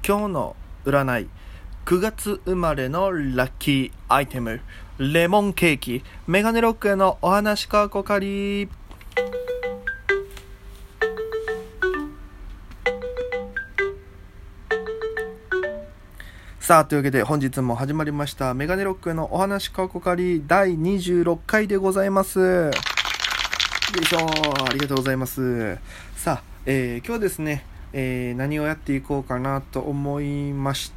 今日の占い、9月生まれのラッキーアイテム、レモンケーキ、メガネロックへのお話かこかり。さあ、というわけで本日も始まりましたメガネロックへのお話かこかり第26回でございます。よいしょ、ありがとうございます。さあ、今日はですね、何をやっていこうかなと思いまして、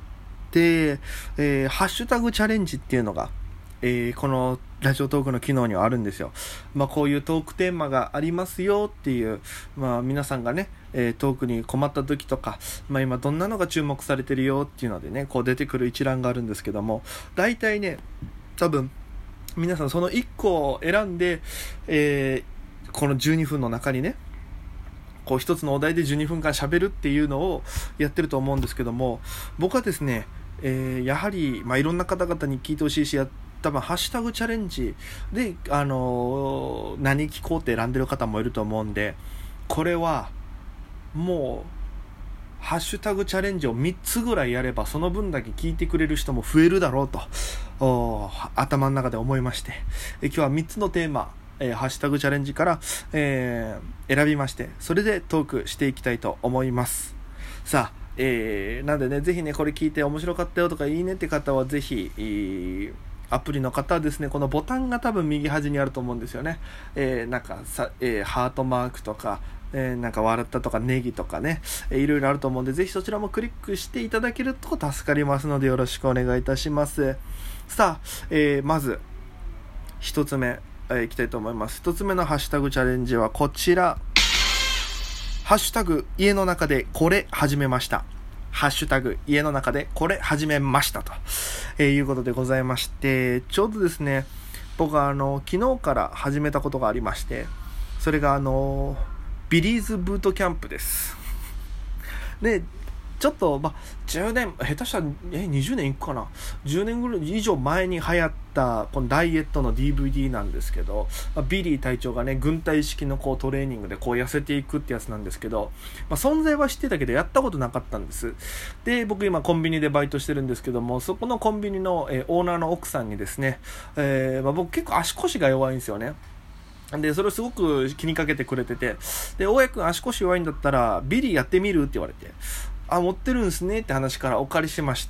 ハッシュタグチャレンジっていうのが、このラジオトークの機能にはあるんですよ。こういうトークテーマがありますよっていう、皆さんがね、トークに困った時とか、今どんなのが注目されてるよっていうのでね、こう出てくる一覧があるんですけども、大体ね、多分皆さんその1個を選んで、この12分の中にね、こう一つのお題で12分間喋るっていうのをやってると思うんですけども、僕はですね、やはり、いろんな方々に聞いてほしいし、多分ハッシュタグチャレンジで、何聞こうって選んでる方もいると思うんで、これはもうハッシュタグチャレンジを3つぐらいやればその分だけ聞いてくれる人も増えるだろうと頭の中で思いまして、今日は3つのテーマ、ハッシュタグチャレンジから、選びまして、それでトークしていきたいと思います。さあ、なんでね、ぜひね、これ聞いて面白かったよとかいいねって方はぜひ、アプリの方はですね、このボタンが多分右端にあると思うんですよね。ハートマークとか、笑ったとかネギとかね、いろいろあると思うんで、ぜひそちらもクリックしていただけると助かりますので、よろしくお願いいたします。さあ、まず一つ目いきたいと思います。一つ目のハッシュタグチャレンジはこちら。ハッシュタグ家の中でこれ始めました。ハッシュタグ家の中でこれ始めましたと、いうことでございまして、ちょうどですね、僕は昨日から始めたことがありまして、それがビリーズブートキャンプです。で、ちょっと10年下手したら20年いくかな、10年ぐらい以上前に流行ったこのダイエットの DVD なんですけど、ビリー隊長がね、軍隊式のこうトレーニングでこう痩せていくってやつなんですけど、存在は知ってたけどやったことなかったんです。で、僕今コンビニでバイトしてるんですけども、そこのコンビニの、オーナーの奥さんにですね、僕結構足腰が弱いんですよね。で、それをすごく気にかけてくれてて、で、大家君足腰弱いんだったらビリーやってみるって言われて、持ってるんですねって話からお借りしまして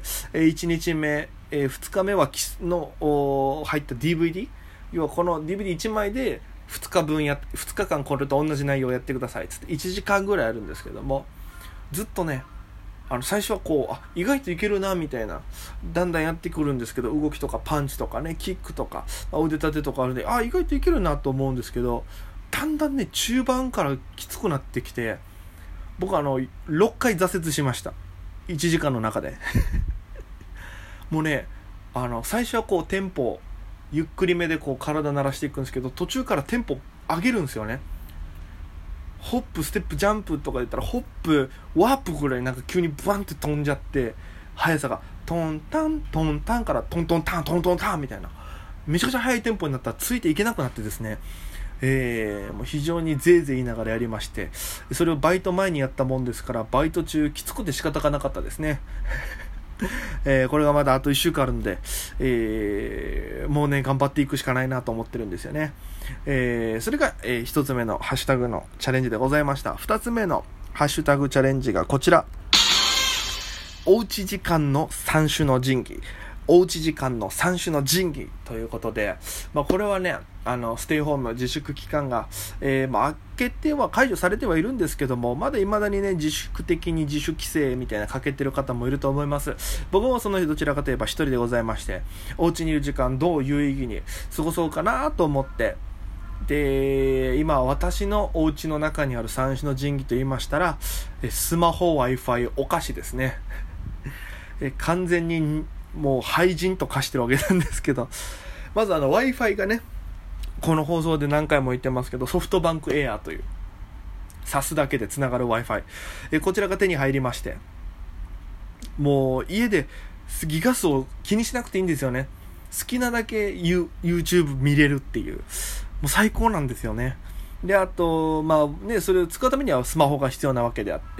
、1日目、2日目は入った DVD、 要はこの DVD1 枚で2日間これと同じ内容をやってくださいっつって1時間ぐらいあるんですけども、ずっとね、最初はこう意外といけるなみたいな、だんだんやってくるんですけど、動きとかパンチとかね、キックとか腕立てとかあるんで、意外といけるなと思うんですけど、だんだんね、中盤からきつくなってきて、僕6回挫折しました。1時間の中でもうね、最初はこうテンポゆっくりめでこう体鳴らしていくんですけど、途中からテンポ上げるんですよね。ホップステップジャンプとか言ったら、ホップワープぐらい急にバンって飛んじゃって、速さがトンタントンタンからトントンタントントンタンみたいな、めちゃくちゃ速いテンポになったらついていけなくなってですね、もう非常にぜいぜい言いながらやりまして、それをバイト前にやったもんですから、バイト中きつくて仕方がなかったですねこれがまだあと1週間あるので、もうね、頑張っていくしかないなと思ってるんですよね。それが、1つ目のハッシュタグのチャレンジでございました。2つ目のハッシュタグチャレンジがこちら。おうち時間の三種の神器。おうち時間の三種の神器ということで、これはね、ステイホーム自粛期間が、明けては解除されてはいるんですけども、未だにね、自粛的に自主規制みたいなかけてる方もいると思います。僕もその日どちらかといえば一人でございまして、お家にいる時間どう有意義に過ごそうかなと思って、で、今私のお家の中にある三種の神器と言いましたら、スマホ、Wi-Fi、お菓子ですね完全にもう廃人と化してるわけなんですけど、まずWi-Fi がね、この放送で何回も言ってますけど、ソフトバンクエアという挿すだけでつながる Wi-Fi、こちらが手に入りまして、もう家でギガ数を気にしなくていいんですよね。好きなだけ YouTube 見れるっていう、もう最高なんですよね。で、あとそれを使うためにはスマホが必要なわけであって、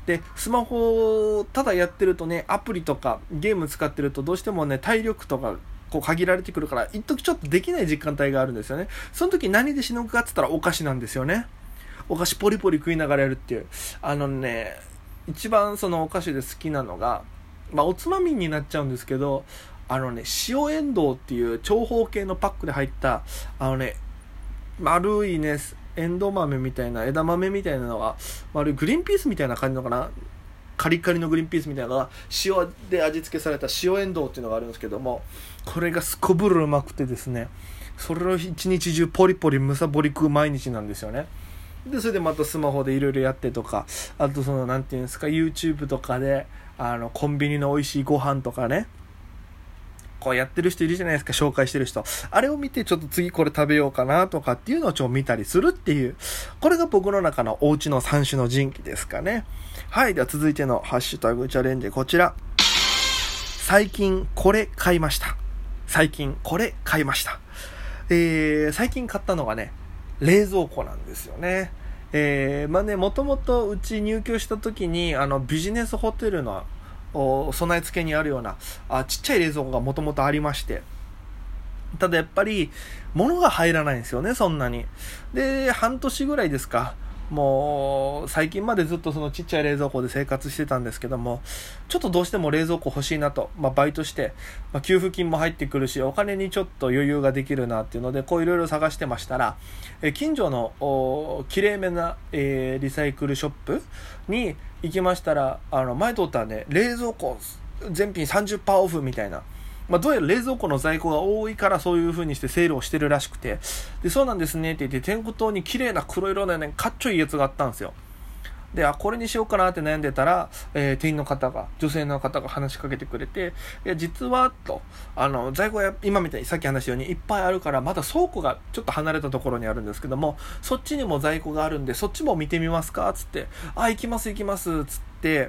でスマホをただやってるとね、アプリとかゲーム使ってるとどうしてもね体力とかこう限られてくるから、一時ちょっとできない時間帯があるんですよね。その時何でしのぐかって言ったらお菓子なんですよね。お菓子ポリポリ食いながらやるっていう、一番そのお菓子で好きなのが、おつまみになっちゃうんですけど、塩エンドウっていう長方形のパックで入った丸いねエンドウ豆みたいな、枝豆みたいなのが丸いグリーンピースみたいな感じのかな、カリカリのグリーンピースみたいなのが塩で味付けされた塩エンドウっていうのがあるんですけども、これがすこぶるうまくてですね、それを一日中ポリポリむさぼり食う毎日なんですよね。でそれでまたスマホでいろいろやってとか、あとそのなんていうんですか、 YouTube とかでコンビニの美味しいご飯とかね、こうやってる人いるじゃないですか、紹介してる人。あれを見てちょっと次これ食べようかなとかっていうのをちょっと見たりするっていう、これが僕の中のお家の三種の神器ですかね。はい、では続いてのハッシュタグチャレンジ、こちら。最近これ買いました。最近これ買いました。最近買ったのがね、冷蔵庫なんですよね。もともとうち入居した時にビジネスホテルの備え付けにあるようなちっちゃい冷蔵庫がもともとありまして、ただやっぱり物が入らないんですよね、そんなに。で半年ぐらいですか、もう最近までずっとそのちっちゃい冷蔵庫で生活してたんですけども、ちょっとどうしても冷蔵庫欲しいなと、バイトして、給付金も入ってくるしお金にちょっと余裕ができるなっていうので、こういろいろ探してましたら、近所のきれいめな、リサイクルショップに行きましたら、前通ったらね、冷蔵庫全品 30% オフみたいな、どうやら冷蔵庫の在庫が多いからそういう風にしてセールをしてるらしくて、でそうなんですねって言って、店頭に綺麗な黒色のねかっちょいいやつがあったんですよ。でこれにしようかなって悩んでたら、店員の方が、女性の方が話しかけてくれて、いや実はと在庫や今みたいにさっき話したようにいっぱいあるから、まだ倉庫がちょっと離れたところにあるんですけども、そっちにも在庫があるんでそっちも見てみますかつって、行きますつって、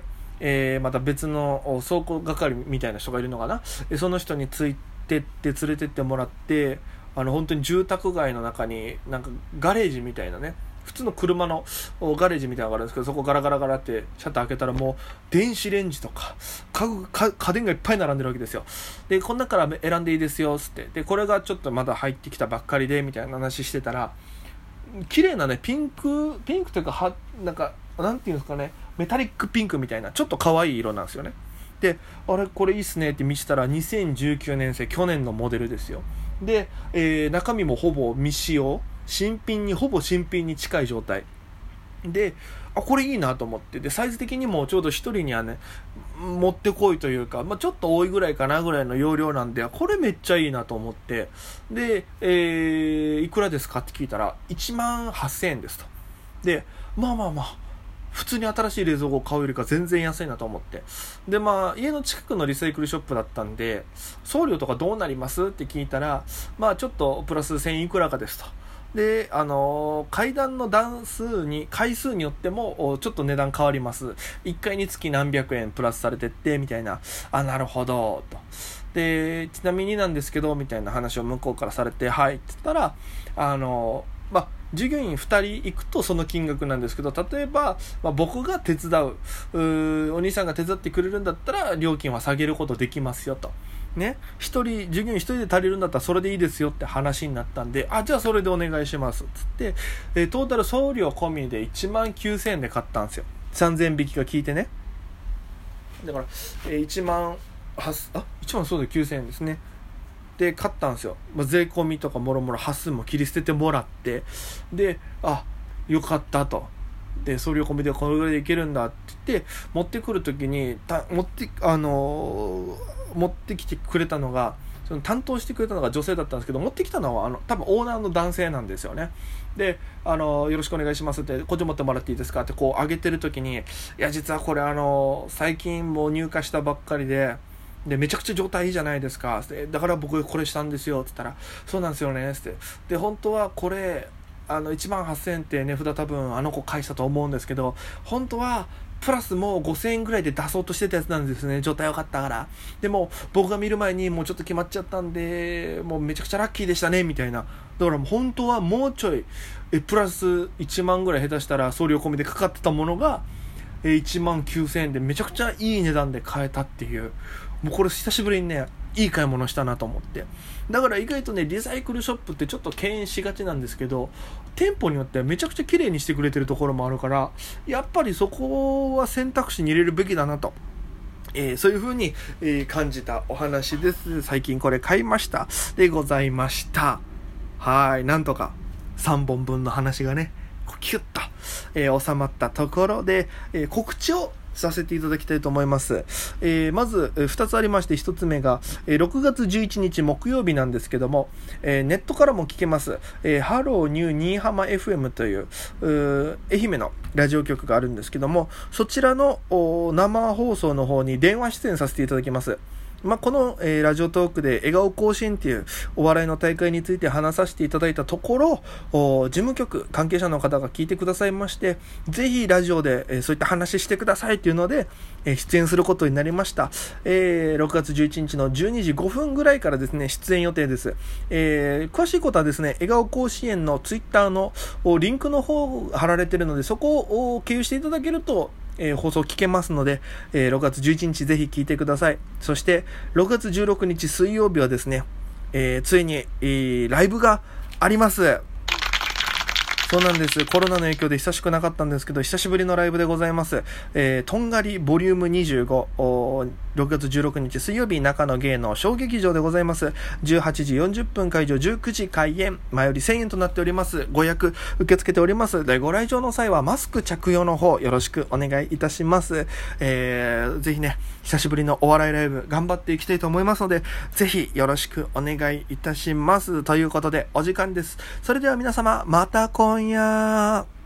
また別の倉庫係みたいな人がいるのかな、その人についてって連れてってもらって、本当に住宅街の中になんかガレージみたいなね、普通の車のガレージみたいなのがあるんですけど、そこガラガラガラってシャッター開けたら、もう電子レンジとか家電がいっぱい並んでるわけですよ。でこの中から選んでいいですよつって、でこれがちょっとまだ入ってきたばっかりでみたいな話してたら、綺麗なねピンクというか、なんかなんていうんですかね、メタリックピンクみたいなちょっと可愛い色なんですよね。でこれいいっすねって見せたら、2019年製去年のモデルですよ。で、中身もほぼ未使用、ほぼ新品に近い状態で、これいいなと思って、でサイズ的にもちょうど一人にはね持ってこいというか、ちょっと多いぐらいかなぐらいの容量なんで、これめっちゃいいなと思って、で、いくらですかって聞いたら18,000円ですと。で普通に新しい冷蔵庫を買うよりか全然安いなと思って、で家の近くのリサイクルショップだったんで、送料とかどうなりますって聞いたら、ちょっとプラス1000いくらかですと。で階段の回数によってもちょっと値段変わります、1回につき何百円プラスされてってみたいな、なるほどと。でちなみになんですけどみたいな話を向こうからされて、はいって言ったら、従業員2人行くとその金額なんですけど、例えば、僕が手伝う、お兄さんが手伝ってくれるんだったら料金は下げることできますよとね、従業員1人で足りるんだったらそれでいいですよって話になったんで、じゃあそれでお願いしますっつって、トータル送料込みで19,000円で買ったんですよ。3000引きが効いてね。だから、1万そうで9,000円ですねで買ったんですよ。税込みとかもろもろ端数も切り捨ててもらって、でよかったと。で送料込みでこのぐらいでいけるんだって言って持ってくる時に持ってきてくれたのが、その担当してくれたのが女性だったんですけど、持ってきたのは多分オーナーの男性なんですよね。でよろしくお願いしますって、こっち持ってもらっていいですかってこう上げてる時に、いや実はこれ最近もう入荷したばっかりでめちゃくちゃ状態いいじゃないですか、だから僕これしたんですよって言ったら、そうなんですよねって。で本当はこれ18,000円って値札多分子返したと思うんですけど、本当はプラスもう5,000円ぐらいで出そうとしてたやつなんですね、状態良かったから。でも僕が見る前にもうちょっと決まっちゃったんで、もうめちゃくちゃラッキーでしたねみたいな。だからもう本当はもうちょいプラス1万ぐらい下手したら送料込みでかかってたものが 19,000円でめちゃくちゃいい値段で買えたっていう、もうこれ久しぶりにねいい買い物したなと思って。だから意外とねリサイクルショップってちょっと敬遠しがちなんですけど、店舗によってはめちゃくちゃ綺麗にしてくれてるところもあるから、やっぱりそこは選択肢に入れるべきだなと、そういう風に、感じたお話です。最近これ買いましたでございました。はい、なんとか3本分の話がねキュッと、収まったところで、告知をさせていただきたいと思います。まず2つありまして、1つ目が、6月11日木曜日なんですけども、ネットからも聞けます、ハローニュー新居浜 FM という愛媛のラジオ局があるんですけども、そちらの生放送の方に電話出演させていただきます。この、ラジオトークで笑顔甲子園っていうお笑いの大会について話させていただいたところ、事務局関係者の方が聞いてくださいまして、ぜひラジオで、そういった話してくださいっていうので、出演することになりました。6月11日の12時5分ぐらいからですね出演予定です。詳しいことはですね笑顔甲子園のツイッターのリンクの方貼られているので、そこを経由していただけると放送聞けますので、6月11日ぜひ聞いてください。そして6月16日水曜日はですね、ついに、ライブがあります。そうなんです。コロナの影響で久しくなかったんですけど、久しぶりのライブでございます。とんがりボリューム25、6月16日水曜日、中野芸能小劇場でございます。18時40分会場、19時開演、前より1000円となっております。ご予約受け付けておりますので、ご来場の際はマスク着用の方よろしくお願いいたします。ぜひね、久しぶりのお笑いライブ頑張っていきたいと思いますので、ぜひよろしくお願いいたします。ということでお時間です。それでは皆様、また今夜。